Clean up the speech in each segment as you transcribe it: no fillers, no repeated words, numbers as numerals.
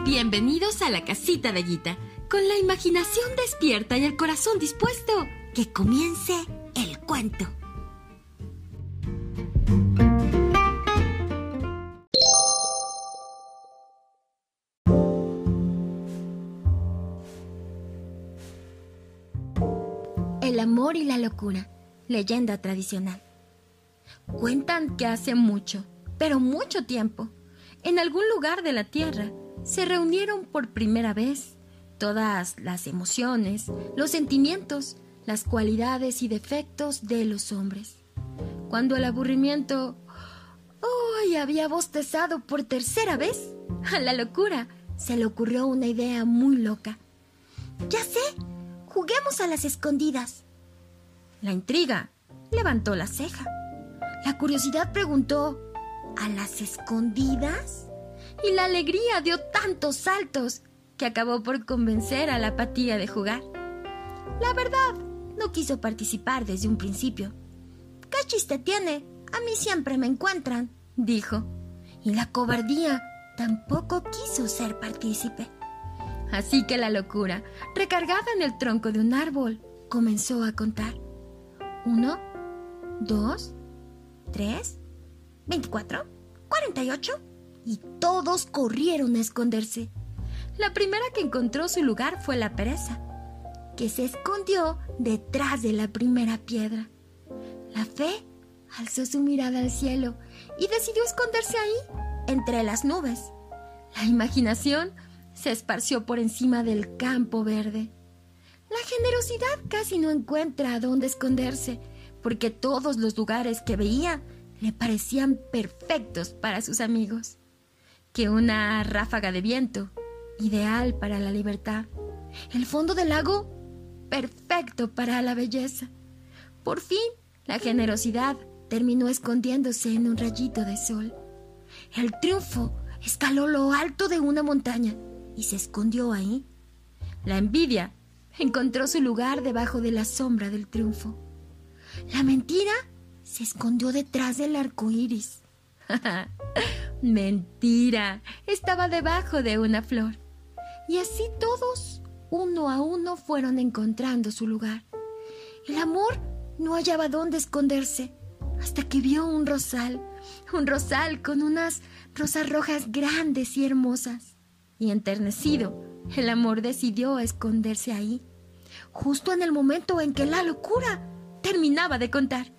Bienvenidos a la casita de Guita. Con la imaginación despierta y el corazón dispuesto, que comience el cuento. El amor y la locura, leyenda tradicional. Cuentan que hace mucho, pero mucho tiempo, en algún lugar de la tierra, se reunieron por primera vez todas las emociones, los sentimientos, las cualidades y defectos de los hombres. Cuando el aburrimiento había bostezado por tercera vez, a la locura se le ocurrió una idea muy loca. ¡Ya sé! ¡Juguemos a las escondidas! La intriga levantó la ceja. La curiosidad preguntó: ¿a las escondidas? Y la alegría dio tantos saltos que acabó por convencer a la apatía de jugar. La verdad, no quiso participar desde un principio. ¿Qué chiste tiene? A mí siempre me encuentran, dijo. Y la cobardía tampoco quiso ser partícipe. Así que la locura, recargada en el tronco de un árbol, comenzó a contar. 1, 2, 3, 24, 48, y todos corrieron a esconderse. La primera que encontró su lugar fue la pereza, que se escondió detrás de la primera piedra. La fe alzó su mirada al cielo y decidió esconderse ahí, entre las nubes. La imaginación se esparció por encima del campo verde. La generosidad casi no encuentra a dónde esconderse, porque todos los lugares que veía le parecían perfectos para sus amigos. Que una ráfaga de viento, ideal para la libertad. El fondo del lago, perfecto para la belleza. Por fin, la generosidad terminó escondiéndose en un rayito de sol. El triunfo escaló lo alto de una montaña y se escondió ahí. La envidia encontró su lugar debajo de la sombra del triunfo. La mentira se escondió detrás del arco iris. Mentira, estaba debajo de una flor. Y así todos, uno a uno, fueron encontrando su lugar. El amor no hallaba dónde esconderse, hasta que vio un rosal con unas rosas rojas grandes y hermosas. Y enternecido, el amor decidió esconderse ahí, justo en el momento en que la locura terminaba de contar.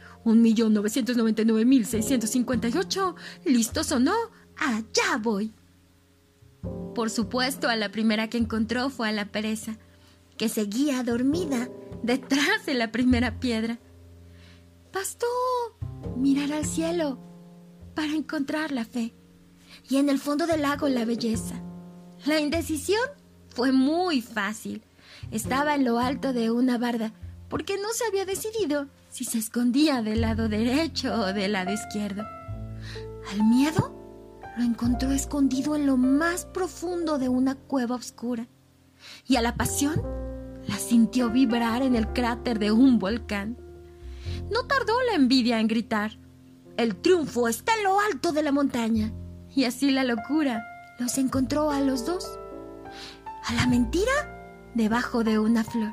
1.999.658. ¿Listos o no? ¡Allá voy! Por supuesto, a la primera que encontró fue a la pereza, que seguía dormida detrás de la primera piedra. Bastó mirar al cielo para encontrar la fe, y en el fondo del lago la belleza. La indecisión fue muy fácil. Estaba en lo alto de una barda, porque no se había decidido si se escondía del lado derecho o del lado izquierdo. Al miedo lo encontró escondido en lo más profundo de una cueva oscura, y a la pasión la sintió vibrar en el cráter de un volcán. No tardó la envidia en gritar: «El triunfo está en lo alto de la montaña», y así la locura los encontró a los dos. A la mentira debajo de una flor.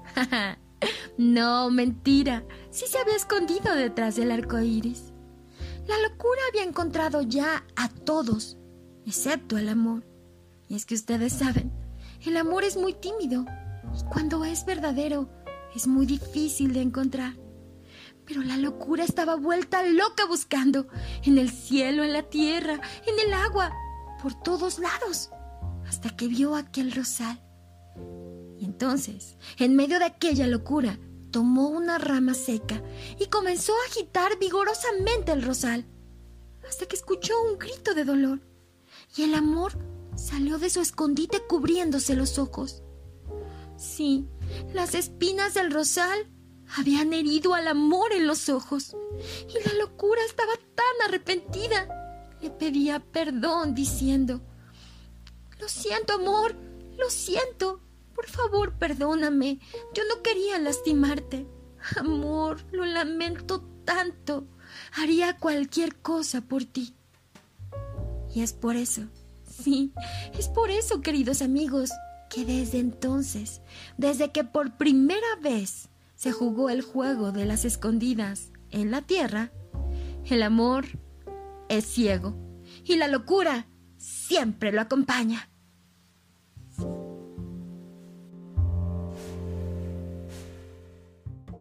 No, mentira, sí se había escondido detrás del arco iris. La locura había encontrado ya a todos, excepto el amor. Y es que ustedes saben, el amor es muy tímido, y cuando es verdadero, es muy difícil de encontrar. Pero la locura estaba vuelta loca buscando, en el cielo, en la tierra, en el agua, por todos lados, hasta que vio aquel rosal. Y entonces, en medio de aquella locura, tomó una rama seca y comenzó a agitar vigorosamente el rosal, hasta que escuchó un grito de dolor, y el amor salió de su escondite cubriéndose los ojos. Sí, las espinas del rosal habían herido al amor en los ojos, y la locura estaba tan arrepentida. Le pedía perdón diciendo: «Lo siento, amor, lo siento. Por favor, perdóname. Yo no quería lastimarte. Amor, lo lamento tanto. Haría cualquier cosa por ti». Y es por eso, Sí, es por eso, queridos amigos, que desde entonces, desde que por primera vez se jugó el juego de las escondidas en la tierra, el amor es ciego y la locura siempre lo acompaña.